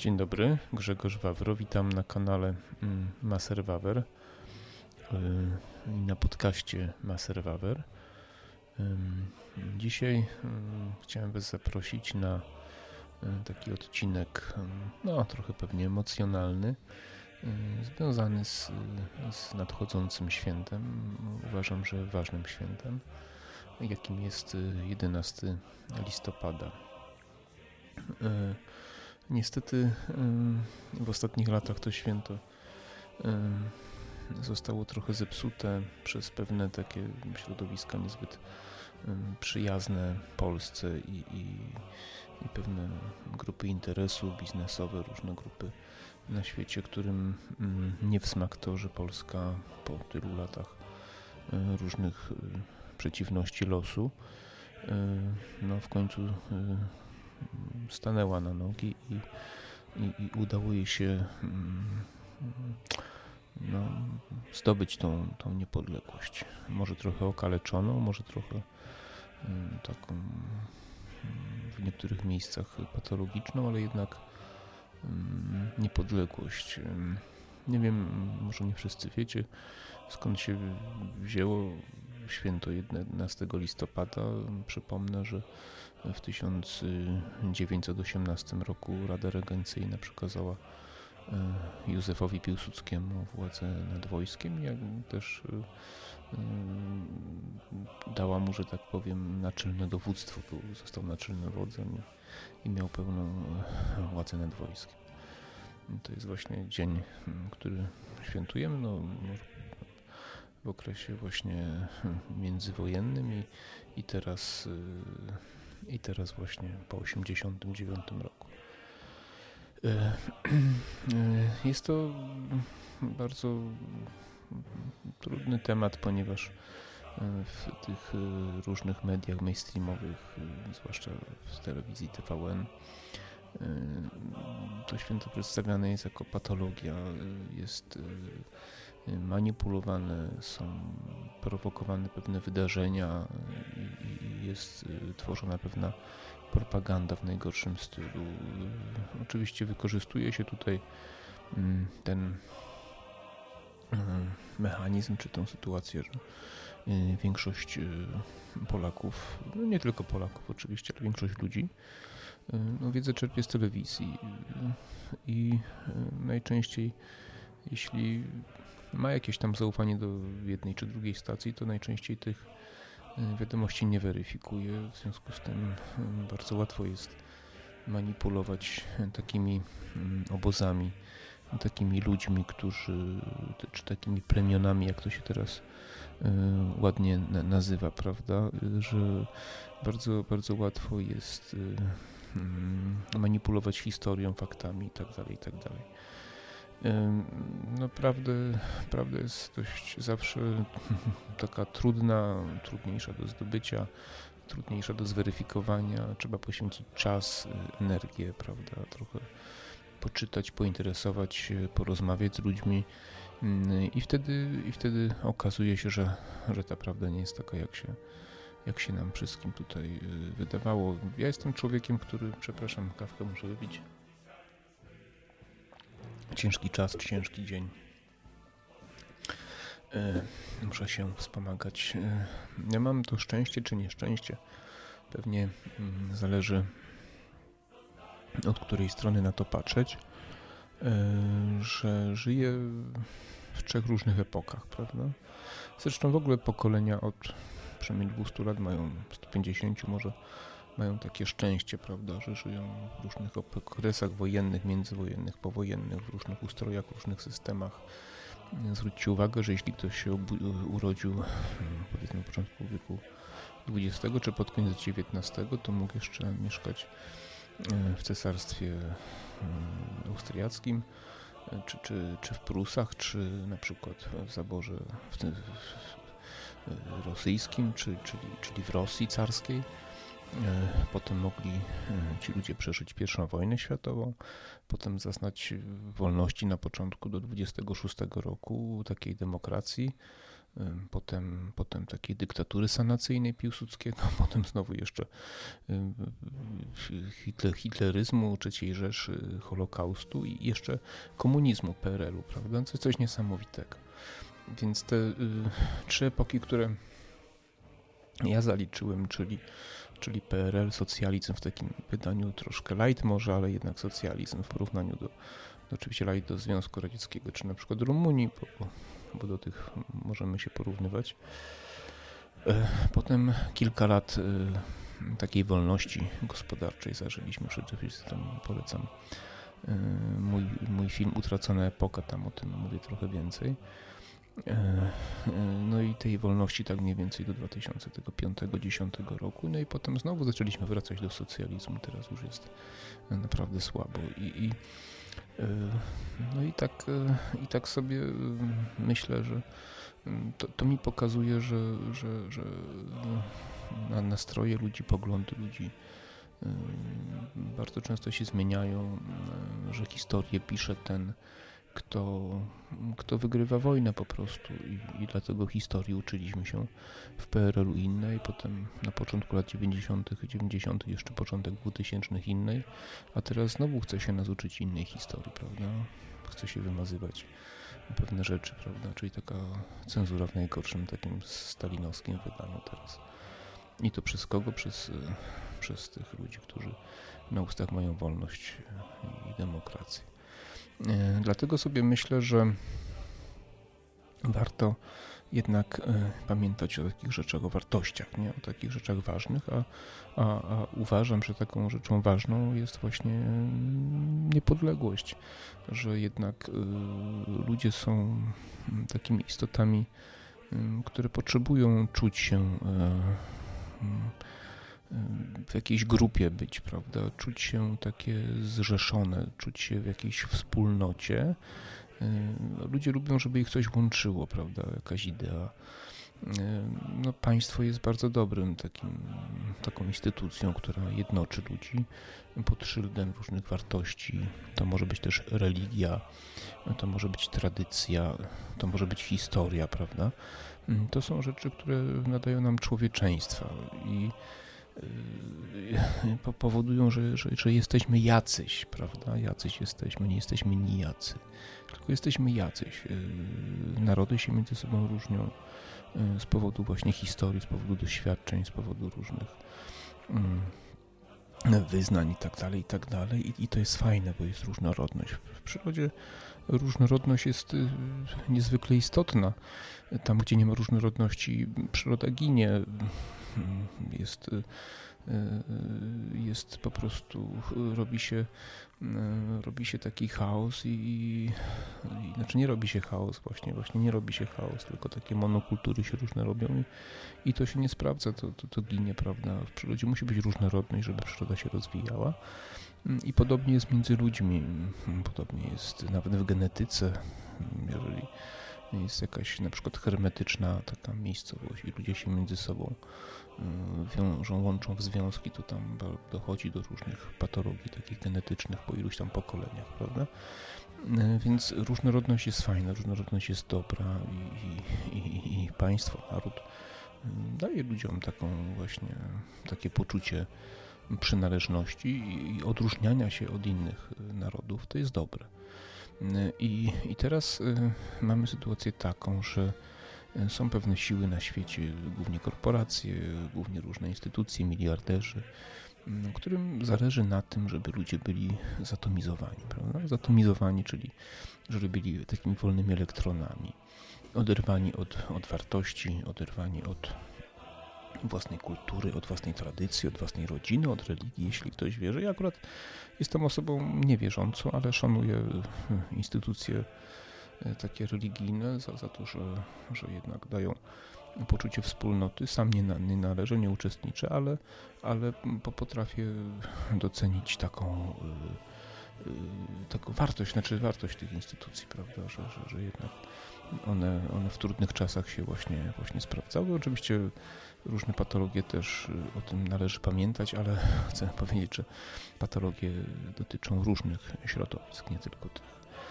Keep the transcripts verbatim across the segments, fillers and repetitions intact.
Dzień dobry, Grzegorz Wawro, witam na kanale Maser Wawer i na podcaście Maser Wawer. Dzisiaj chciałem Was zaprosić na taki odcinek, no trochę pewnie emocjonalny, związany z, z nadchodzącym świętem, uważam, że ważnym świętem, jakim jest jedenastego listopada. Niestety w ostatnich latach to święto zostało trochę zepsute przez pewne takie środowiska niezbyt przyjazne Polsce i, i, i pewne grupy interesu biznesowe, różne grupy na świecie, którym nie w smak to, że Polska po tylu latach różnych przeciwności losu no w końcu stanęła na nogi i, i, i udało jej się no, zdobyć tą, tą niepodległość. Może trochę okaleczoną, może trochę taką w niektórych miejscach patologiczną, ale jednak niepodległość. Nie wiem, może nie wszyscy wiecie, skąd się wzięło święto jedenastego listopada. Przypomnę, że w tysiąc dziewięćset osiemnastym roku Rada Regencyjna przekazała Józefowi Piłsudskiemu władzę nad wojskiem, jak też dała mu, że tak powiem, naczelne dowództwo. Był, został naczelnym wodzem i miał pełną władzę nad wojskiem. To jest właśnie dzień, który świętujemy, no, w okresie właśnie międzywojennym i, i teraz i teraz właśnie po osiemdziesiątym dziewiątym roku. Jest to bardzo trudny temat, ponieważ w tych różnych mediach mainstreamowych, zwłaszcza w telewizji T V N, to święto przedstawiane jest jako patologia, jest manipulowane, są prowokowane pewne wydarzenia i jest tworzona pewna propaganda w najgorszym stylu. Oczywiście wykorzystuje się tutaj ten mechanizm, czy tę sytuację, że większość Polaków, no nie tylko Polaków oczywiście, ale większość ludzi no, wiedzę czerpie z telewizji i najczęściej, jeśli ma jakieś tam zaufanie do jednej czy drugiej stacji, to najczęściej tych wiadomości nie weryfikuje. W związku z tym bardzo łatwo jest manipulować takimi obozami, takimi ludźmi, którzy, czy takimi plemionami, jak to się teraz ładnie nazywa, prawda, że bardzo, bardzo łatwo jest manipulować historią, faktami itd., itd. No prawda, prawda jest dość zawsze taka trudna, trudniejsza do zdobycia, trudniejsza do zweryfikowania. Trzeba poświęcić czas, energię, prawda, trochę poczytać, pointeresować się, porozmawiać z ludźmi i wtedy, i wtedy okazuje się, że, że ta prawda nie jest taka, jak się, jak się nam wszystkim tutaj wydawało. Ja jestem człowiekiem, który, przepraszam, kawkę muszę wypić. Ciężki czas, ciężki dzień. E, muszę się wspomagać. E, ja mam to szczęście czy nieszczęście. Pewnie mm, zależy od której strony na to patrzeć, e, że żyję w trzech różnych epokach, prawda? Zresztą w ogóle pokolenia od przynajmniej dwieście lat mają sto pięćdziesiąt może mają takie szczęście, prawda, że żyją w różnych okresach wojennych, międzywojennych, powojennych, w różnych ustrojach, w różnych systemach. Zwróćcie uwagę, że jeśli ktoś się urodził powiedzmy na początku wieku dwudziestego czy pod koniec dziewiętnastego, to mógł jeszcze mieszkać w cesarstwie austriackim, czy, czy, czy w Prusach, czy na przykład w zaborze w tym, w rosyjskim, czy, czyli, czyli w Rosji carskiej. Potem mogli ci ludzie przeżyć pierwszą wojnę światową, potem zaznać wolności na początku do dwudziestego szóstego roku, takiej demokracji, potem, potem takiej dyktatury sanacyjnej Piłsudskiego, potem znowu jeszcze Hitler, hitleryzmu, trzeciej Rzeszy, Holokaustu i jeszcze komunizmu P R L u, prawda? To jest coś niesamowitego. Więc te y, trzy epoki, które ja zaliczyłem, czyli, czyli P R L, socjalizm w takim wydaniu troszkę light może, ale jednak socjalizm w porównaniu do, do oczywiście light do Związku Radzieckiego, czy na przykład Rumunii, bo, bo do tych możemy się porównywać. Potem kilka lat takiej wolności gospodarczej zażyliśmy. Przede wszystkim polecam mój, mój film Utracona epoka, tam o tym mówię trochę więcej. No i tej wolności tak mniej więcej do dwa tysiące piątego do dwa tysiące dziesiątego roku. No i potem znowu zaczęliśmy wracać do socjalizmu. Teraz już jest naprawdę słabo. I, i, no i tak, i tak sobie myślę, że to, to mi pokazuje, że, że, że nastroje ludzi, poglądy ludzi bardzo często się zmieniają, że historię pisze ten, kto, kto wygrywa wojnę po prostu i, i dlatego historii uczyliśmy się w P R L u innej, potem na początku lat dziewięćdziesiątych, dziewięćdziesiątych jeszcze początek dwutysięcznych innej, a teraz znowu chce się nas uczyć innej historii, prawda? Chce się wymazywać pewne rzeczy, prawda? Czyli taka cenzura w najgorszym takim stalinowskim wydaniu teraz. I to przez kogo? Przez, przez tych ludzi, którzy na ustach mają wolność i demokrację. Dlatego sobie myślę, że warto jednak pamiętać o takich rzeczach, o wartościach, nie? O takich rzeczach ważnych, a, a, a uważam, że taką rzeczą ważną jest właśnie niepodległość, że jednak ludzie są takimi istotami, które potrzebują czuć się w jakiejś grupie być, prawda, czuć się takie zrzeszone, czuć się w jakiejś wspólnocie. Ludzie lubią, żeby ich coś łączyło, prawda, jakaś idea. No, państwo jest bardzo dobrym takim, taką instytucją, która jednoczy ludzi pod szyldem różnych wartości. To może być też religia, to może być tradycja, to może być historia, prawda. To są rzeczy, które nadają nam człowieczeństwa i powodują, że, że, że jesteśmy jacyś, prawda? Jacyś jesteśmy, nie jesteśmy nijacy, tylko jesteśmy jacyś. Narody się między sobą różnią z powodu właśnie historii, z powodu doświadczeń, z powodu różnych wyznań i tak dalej, i tak dalej. I, i to jest fajne, bo jest różnorodność. W przyrodzie różnorodność jest niezwykle istotna. Tam, gdzie nie ma różnorodności, przyroda ginie. Jest, jest po prostu, robi się, robi się taki chaos i, i znaczy nie robi się chaos właśnie, właśnie nie robi się chaos, tylko takie monokultury się różne robią i, i to się nie sprawdza, to, to, to ginie, prawda. W przyrodzie musi być różnorodność, żeby przyroda się rozwijała i podobnie jest między ludźmi, podobnie jest nawet w genetyce, jeżeli jest jakaś na przykład hermetyczna taka miejscowość i ludzie się między sobą wiążą, łączą w związki, to tam dochodzi do różnych patologii takich genetycznych po iluś tam pokoleniach, prawda? Więc różnorodność jest fajna, różnorodność jest dobra i, i, i państwo, naród daje ludziom taką właśnie, takie poczucie przynależności i odróżniania się od innych narodów, to jest dobre. I, i teraz y, mamy sytuację taką, że są pewne siły na świecie, głównie korporacje, głównie różne instytucje, miliarderzy, y, którym zależy na tym, żeby ludzie byli zatomizowani, prawda? Zatomizowani, czyli żeby byli takimi wolnymi elektronami, oderwani od, od wartości, oderwani od własnej kultury, od własnej tradycji, od własnej rodziny, od religii, jeśli ktoś wierzy. Ja akurat jestem osobą niewierzącą, ale szanuję instytucje takie religijne za, za to, że, że jednak dają poczucie wspólnoty. Sam nie, na, nie należę, nie uczestniczę, ale, ale potrafię docenić taką, taką wartość, znaczy wartość tych instytucji, prawda, że, że, że jednak one, one w trudnych czasach się właśnie, właśnie sprawdzały. Oczywiście różne patologie też o tym należy pamiętać, ale chcę powiedzieć, że patologie dotyczą różnych środowisk, nie tylko tych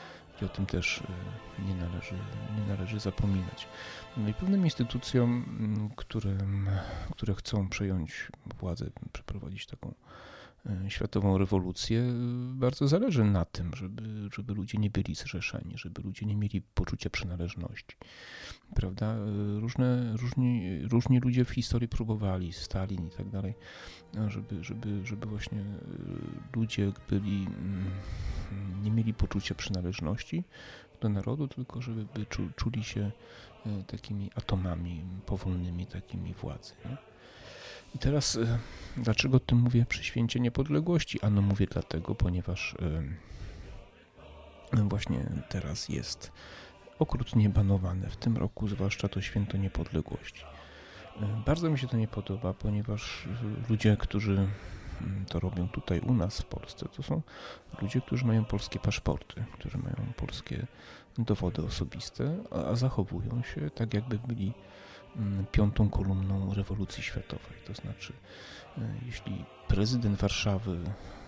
i o tym też nie należy, nie należy zapominać. No i pewnym instytucjom, które, które chcą przejąć władzę, przeprowadzić taką światową rewolucję, bardzo zależy na tym, żeby, żeby ludzie nie byli zrzeszeni, żeby ludzie nie mieli poczucia przynależności. Prawda? Różne, różni, różni ludzie w historii próbowali, Stalin i tak dalej, żeby, żeby, żeby właśnie ludzie byli, nie mieli poczucia przynależności do narodu, tylko żeby czuli się takimi atomami powolnymi, takimi władzy. Nie? I teraz, dlaczego o tym mówię przy Święcie Niepodległości? Ano mówię dlatego, ponieważ właśnie teraz jest okrutnie banowane, w tym roku zwłaszcza to Święto Niepodległości. Bardzo mi się to nie podoba, ponieważ ludzie, którzy to robią tutaj u nas w Polsce, to są ludzie, którzy mają polskie paszporty, którzy mają polskie dowody osobiste, a zachowują się tak, jakby byli piątą kolumną rewolucji światowej. To znaczy, jeśli prezydent Warszawy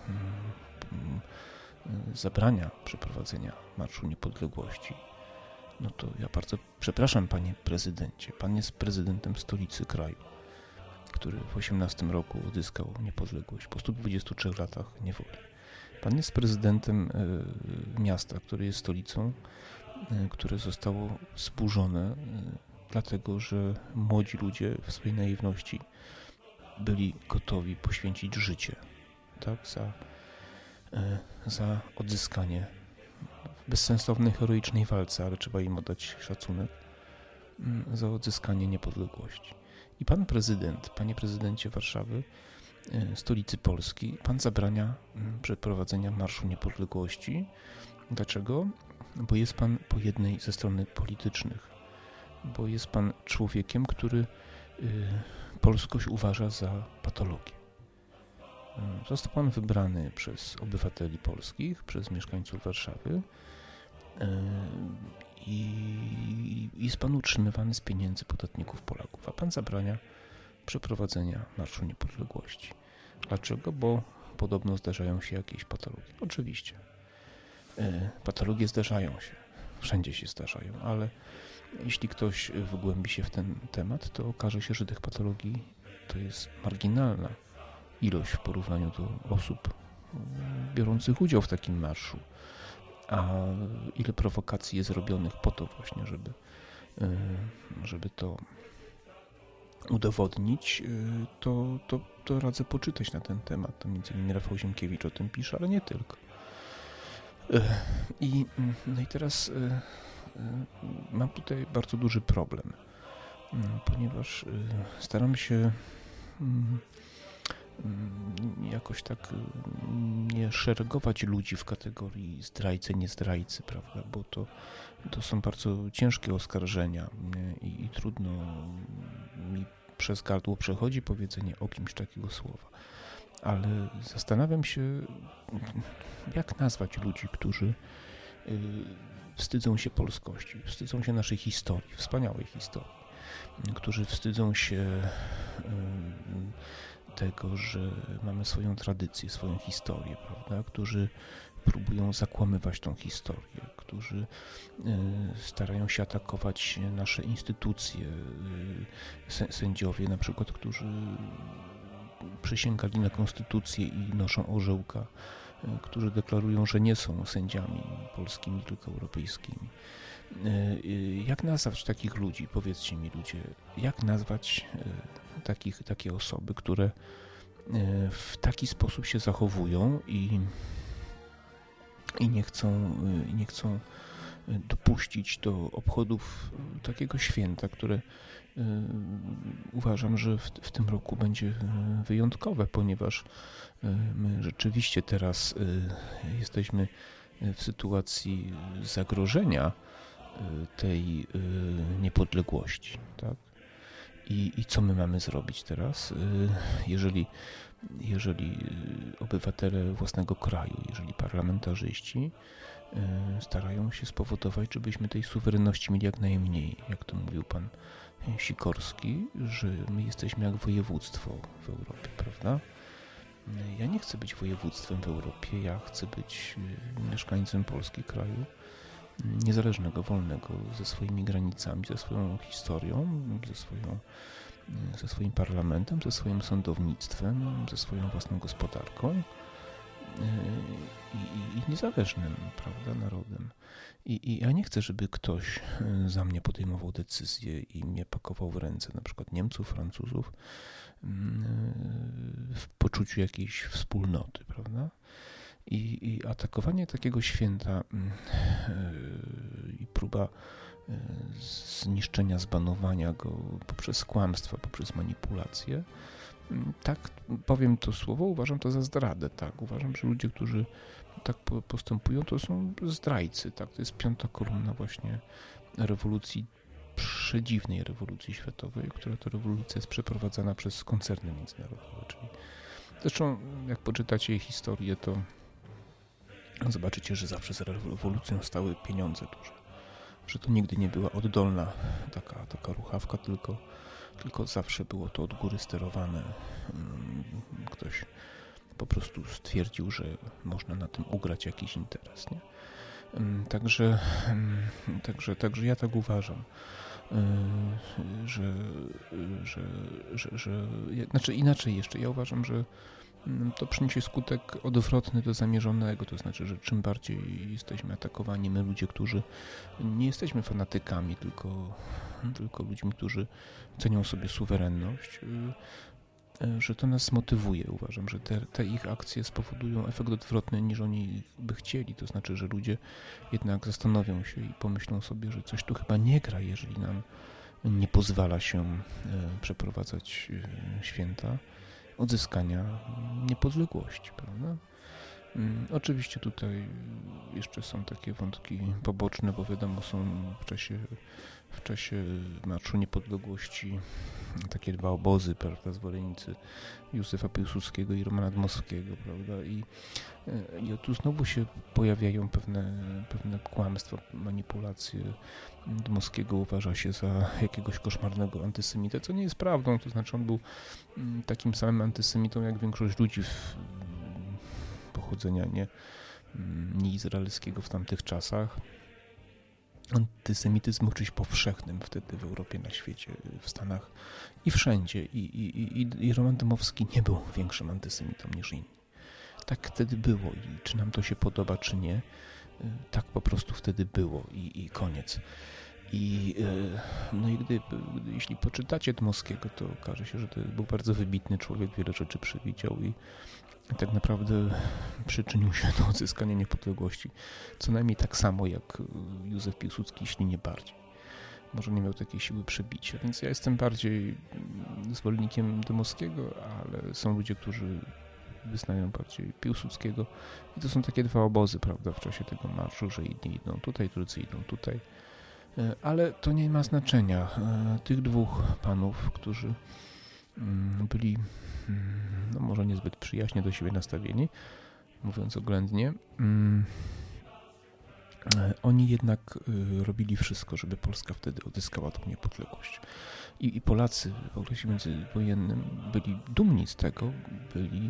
zabrania przeprowadzenia Marszu Niepodległości, no to ja bardzo przepraszam, panie prezydencie. Pan jest prezydentem stolicy kraju, który w osiemnastym roku odzyskał niepodległość po stu dwudziestu trzech latach niewoli. Pan jest prezydentem y, miasta, które jest stolicą, y, które zostało zburzone, y, dlatego że młodzi ludzie w swojej naiwności byli gotowi poświęcić życie, tak, za, y, za odzyskanie w bezsensownej, heroicznej walce, ale trzeba im oddać szacunek, y, za odzyskanie niepodległości. I pan prezydent, panie prezydencie Warszawy, stolicy Polski, pan zabrania przeprowadzenia Marszu Niepodległości. Dlaczego? Bo jest pan po jednej ze stron politycznych. Bo jest pan człowiekiem, który polskość uważa za patologię. Został pan wybrany przez obywateli polskich, przez mieszkańców Warszawy i jest pan utrzymywany z pieniędzy podatników Polaków, a pan zabrania przeprowadzenia Marszu Niepodległości. Dlaczego? Bo podobno zdarzają się jakieś patologie. Oczywiście. Patologie zdarzają się. Wszędzie się zdarzają, ale jeśli ktoś wgłębi się w ten temat, to okaże się, że tych patologii to jest marginalna ilość w porównaniu do osób biorących udział w takim marszu. A ile prowokacji jest robionych po to właśnie, żeby, żeby to udowodnić, to, to, to radzę poczytać na ten temat. To między innymi Rafał Ziemkiewicz o tym pisze, ale nie tylko. I, no i teraz mam tutaj bardzo duży problem, ponieważ staram się jakoś tak nie szeregować ludzi w kategorii zdrajcy, nie zdrajcy, prawda, bo to, to są bardzo ciężkie oskarżenia i, i trudno mi przez gardło przechodzi powiedzenie o kimś takiego słowa. Ale zastanawiam się, jak nazwać ludzi, którzy wstydzą się polskości, wstydzą się naszej historii, wspaniałej historii, którzy wstydzą się tego, że mamy swoją tradycję, swoją historię, prawda? Którzy próbują zakłamywać tą historię, którzy starają się atakować nasze instytucje, sędziowie na przykład, którzy przysięgali na konstytucję i noszą orzełka, którzy deklarują, że nie są sędziami polskimi, tylko europejskimi. Jak nazwać takich ludzi? Powiedzcie mi, ludzie, jak nazwać takich, takie osoby, które w taki sposób się zachowują i, i nie chcą, nie chcą dopuścić do obchodów takiego święta, które uważam, że w, w tym roku będzie wyjątkowe, ponieważ my rzeczywiście teraz jesteśmy w sytuacji zagrożenia tej niepodległości, tak? I, I co my mamy zrobić teraz, jeżeli, jeżeli obywatele własnego kraju, jeżeli parlamentarzyści starają się spowodować, żebyśmy tej suwerenności mieli jak najmniej, jak to mówił pan Sikorski, że my jesteśmy jak województwo w Europie, prawda? Ja nie chcę być województwem w Europie, ja chcę być mieszkańcem Polski, kraju, niezależnego, wolnego, ze swoimi granicami, ze swoją historią, ze, swoją, ze swoim parlamentem, ze swoim sądownictwem, ze swoją własną gospodarką i, i, i niezależnym, prawda, narodem. I, I ja nie chcę, żeby ktoś za mnie podejmował decyzje i mnie pakował w ręce, na przykład Niemców, Francuzów, w poczuciu jakiejś wspólnoty, prawda? I, i atakowanie takiego święta i próba zniszczenia, zbanowania go poprzez kłamstwa, poprzez manipulacje, tak, powiem to słowo, uważam to za zdradę, tak, uważam, że ludzie, którzy tak postępują, to są zdrajcy, tak, to jest piąta kolumna właśnie rewolucji, przedziwnej rewolucji światowej, która to rewolucja jest przeprowadzana przez koncerny międzynarodowe, czyli zresztą jak poczytacie jej historię, to zobaczycie, że zawsze za rewolucją stały pieniądze duże, że to nigdy nie była oddolna taka, taka ruchawka, tylko, tylko zawsze było to od góry sterowane. Ktoś po prostu stwierdził, że można na tym ugrać jakiś interes, nie? Także, także, także ja tak uważam, że, że, że, że, znaczy inaczej jeszcze, ja uważam, że to przyniesie skutek odwrotny do zamierzonego, to znaczy, że czym bardziej jesteśmy atakowani, my ludzie, którzy nie jesteśmy fanatykami, tylko, tylko ludźmi, którzy cenią sobie suwerenność, że to nas motywuje. Uważam, że te, te ich akcje spowodują efekt odwrotny niż oni by chcieli, to znaczy, że ludzie jednak zastanowią się i pomyślą sobie, że coś tu chyba nie gra, jeżeli nam nie pozwala się przeprowadzać święta odzyskania niepodległości, prawda? Oczywiście tutaj jeszcze są takie wątki poboczne, bo wiadomo, są w czasie, w czasie Marszu Niepodległości takie dwa obozy, prawda, zwolennicy Józefa Piłsudskiego i Romana Dmowskiego, prawda, i, i tu znowu się pojawiają pewne, pewne kłamstwa, manipulacje. Dmowskiego uważa się za jakiegoś koszmarnego antysemitę, co nie jest prawdą, to znaczy on był takim samym antysemitą jak większość ludzi w, pochodzenia nie, nie izraelskiego w tamtych czasach. Antysemityzm był czymś powszechnym wtedy w Europie, na świecie, w Stanach i wszędzie. I, i, i, i Roman Dmowski nie był większym antysemitą niż inni. Tak wtedy było i czy nam to się podoba, czy nie, tak po prostu wtedy było i, i koniec. I, no i gdy, gdy, jeśli poczytacie Dmowskiego, to okaże się, że to był bardzo wybitny człowiek, wiele rzeczy przewidział i tak naprawdę przyczynił się do odzyskania niepodległości, co najmniej tak samo jak Józef Piłsudski, jeśli nie bardziej. Może nie miał takiej siły przebicia, więc ja jestem bardziej zwolennikiem Dmowskiego, ale są ludzie, którzy wyznają bardziej Piłsudskiego i to są takie dwa obozy, prawda, w czasie tego marszu, że jedni idą tutaj, drudzy idą tutaj, ale to nie ma znaczenia. Tych dwóch panów, którzy byli no może niezbyt przyjaźnie do siebie nastawieni, mówiąc oględnie, oni jednak robili wszystko, żeby Polska wtedy odzyskała tą niepodległość. I, i Polacy w okresie międzywojennym byli dumni z tego, byli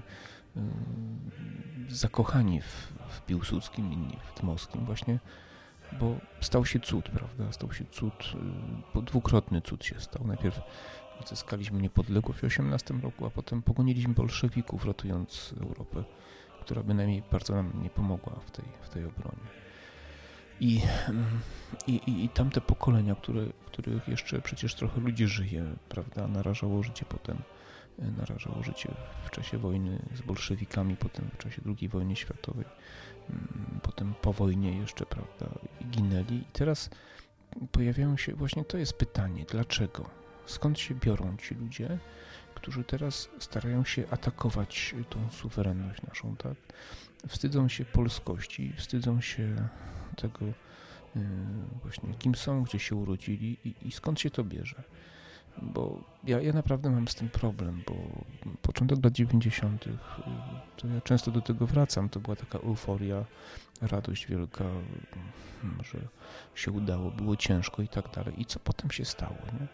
zakochani w, w Piłsudskim, inni w Dmowskim właśnie, bo stał się cud, prawda? Stał się cud, bo dwukrotny cud się stał. Najpierw odzyskaliśmy niepodległość w osiemnastym roku, a potem pogoniliśmy bolszewików, ratując Europę, która bynajmniej bardzo nam nie pomogła w tej, w tej obronie. I, i, i tamte pokolenia, które, których jeszcze przecież trochę ludzi żyje, prawda, narażało życie potem, narażało życie w czasie wojny z bolszewikami, potem w czasie drugiej wojny światowej, potem po wojnie jeszcze, prawda, ginęli. I teraz pojawiają się, właśnie to jest pytanie, dlaczego? Skąd się biorą ci ludzie, którzy teraz starają się atakować tą suwerenność naszą, tak? Wstydzą się polskości, wstydzą się tego yy, właśnie, kim są, gdzie się urodzili i, i skąd się to bierze. Bo ja, ja naprawdę mam z tym problem, bo początek lat dziewięćdziesiątych, yy, to ja często do tego wracam, to była taka euforia, radość wielka, yy, że się udało, było ciężko i tak dalej. I co potem się stało, nie?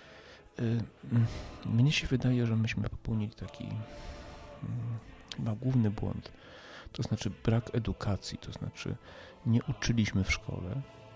Mnie się wydaje, że myśmy popełnili taki chyba główny błąd, to znaczy brak edukacji, to znaczy nie uczyliśmy w szkole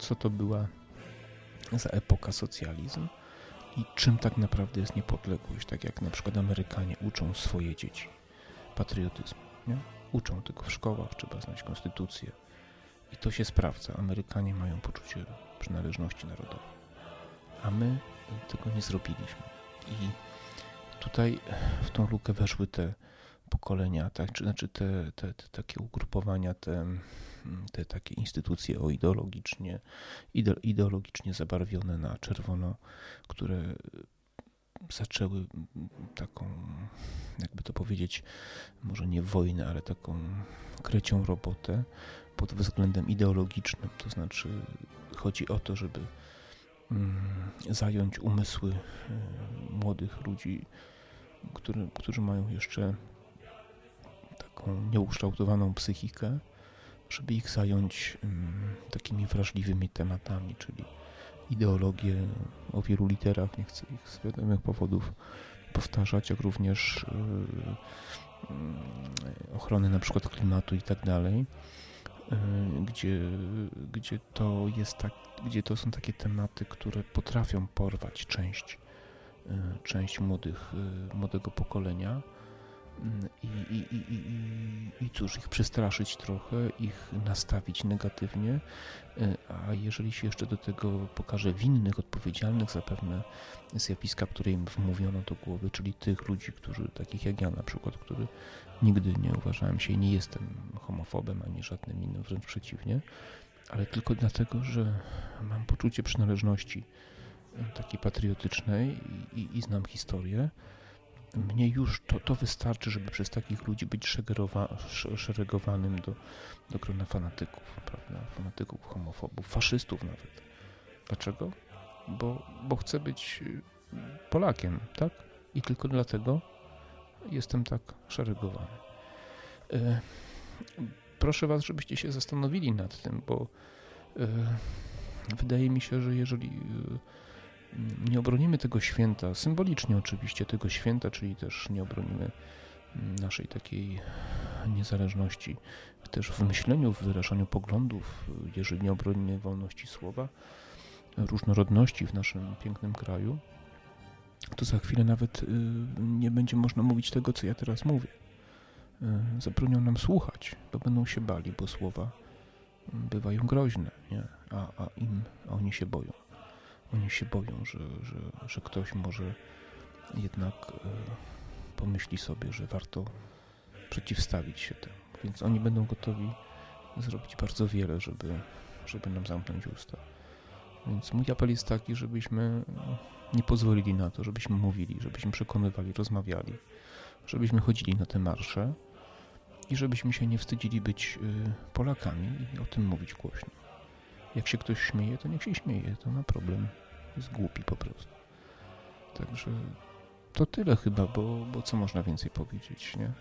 co to była za epoka socjalizm i czym tak naprawdę jest niepodległość, tak jak na przykład Amerykanie uczą swoje dzieci patriotyzmu, nie? Uczą tego w szkołach, trzeba znać konstytucję i to się sprawdza. Amerykanie mają poczucie przynależności narodowej, a my tego nie zrobiliśmy. I tutaj w tą lukę weszły te pokolenia, tak, czy znaczy te, te, te takie ugrupowania, te, te takie instytucje o ideologicznie, ide, ideologicznie zabarwione na czerwono, które zaczęły taką, jakby to powiedzieć, może nie wojnę, ale taką krecią robotę pod względem ideologicznym. To znaczy chodzi o to, żeby mm, zająć umysły y, młodych ludzi, który, którzy mają jeszcze taką nieukształtowaną psychikę, żeby ich zająć um, takimi wrażliwymi tematami, czyli ideologię o wielu literach, nie chcę ich z wiadomych powodów powtarzać, jak również y, y, ochrony na przykład klimatu i tak dalej, gdzie, gdzie to jest tak, gdzie to są takie tematy, które potrafią porwać część, y, część młodych, y, młodego pokolenia. I, i, i, i, i cóż, ich przestraszyć trochę, ich nastawić negatywnie, a jeżeli się jeszcze do tego pokaże winnych, odpowiedzialnych za pewne zjawiska, które im wmówiono do głowy, czyli tych ludzi, którzy, takich jak ja na przykład, który nigdy nie uważałem się i nie jestem homofobem, ani żadnym innym, wręcz przeciwnie, ale tylko dlatego, że mam poczucie przynależności takiej patriotycznej i, i, i znam historię. Mnie już to, to wystarczy, żeby przez takich ludzi być szeregowanym do, do grona fanatyków, prawda? Fanatyków, homofobów, faszystów nawet. Dlaczego? Bo, bo chcę być Polakiem, tak? I tylko dlatego jestem tak szeregowany. E, proszę was, żebyście się zastanowili nad tym, bo e, wydaje mi się, że jeżeli e, nie obronimy tego święta, symbolicznie oczywiście tego święta, czyli też nie obronimy naszej takiej niezależności też w myśleniu, w wyrażaniu poglądów, jeżeli nie obronimy wolności słowa, różnorodności w naszym pięknym kraju, to za chwilę nawet nie będzie można mówić tego, co ja teraz mówię. Zabronią nam słuchać, bo będą się bali, bo słowa bywają groźne, nie? A, a im, a oni się boją. Oni się boją, że, że, że ktoś może jednak e, pomyśli sobie, że warto przeciwstawić się temu. Więc oni będą gotowi zrobić bardzo wiele, żeby, żeby nam zamknąć usta. Więc mój apel jest taki, żebyśmy nie pozwolili na to, żebyśmy mówili, żebyśmy przekonywali, rozmawiali, żebyśmy chodzili na te marsze i żebyśmy się nie wstydzili być y, Polakami i o tym mówić głośno. Jak się ktoś śmieje, to niech się śmieje, to ma problem. Jest głupi po prostu. Także to tyle chyba, bo, bo co można więcej powiedzieć, nie?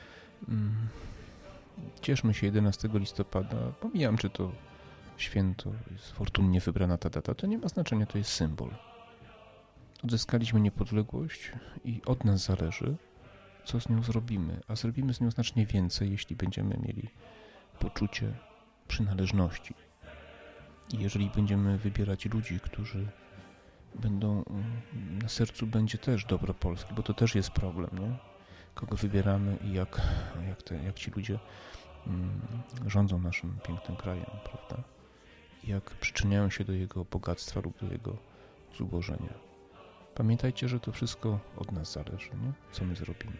Mm. Cieszmy się jedenastego listopada. Pomijam, czy to święto jest fortunnie wybrana ta data. To nie ma znaczenia, to jest symbol. Odzyskaliśmy niepodległość i od nas zależy, co z nią zrobimy. A zrobimy z nią znacznie więcej, jeśli będziemy mieli poczucie przynależności. I jeżeli będziemy wybierać ludzi, którzy będą, na sercu będzie też dobro Polski, bo to też jest problem, nie? Kogo wybieramy i jak, jak, te, jak ci ludzie mm, rządzą naszym pięknym krajem, prawda? I jak przyczyniają się do jego bogactwa lub do jego zubożenia. Pamiętajcie, że to wszystko od nas zależy, nie? Co my zrobimy.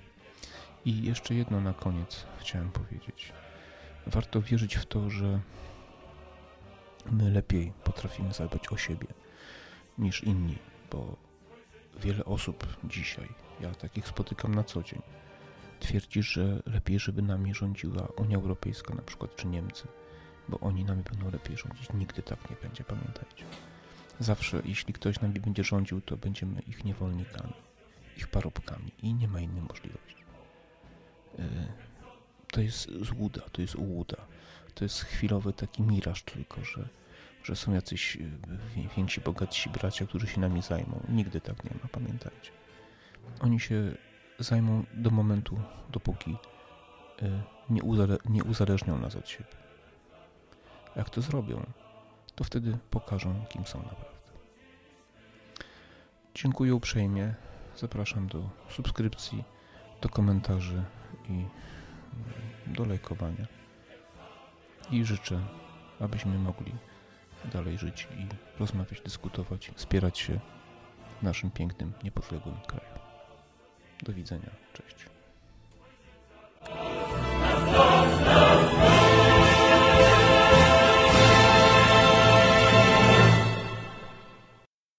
I jeszcze jedno na koniec chciałem powiedzieć. Warto wierzyć w to, że my lepiej potrafimy zadbać o siebie niż inni, bo wiele osób dzisiaj, ja takich spotykam na co dzień, twierdzi, że lepiej, żeby nami rządziła Unia Europejska na przykład, czy Niemcy, bo oni nami będą lepiej rządzić. Nigdy tak nie będzie, pamiętajcie. Zawsze, jeśli ktoś nami będzie rządził, to będziemy ich niewolnikami, ich parobkami i nie ma innej możliwości. To jest złuda, to jest ułuda. To jest chwilowy taki miraż tylko, że, że są jacyś więksi, bogatsi bracia, którzy się nami zajmą. Nigdy tak nie ma, pamiętajcie. Oni się zajmą do momentu, dopóki nie, uzale, nie uzależnią nas od siebie. Jak to zrobią, to wtedy pokażą, kim są naprawdę. Dziękuję uprzejmie. Zapraszam do subskrypcji, do komentarzy i do lajkowania. I życzę, abyśmy mogli dalej żyć i rozmawiać, dyskutować, wspierać się w naszym pięknym, niepodległym kraju. Do widzenia. Cześć.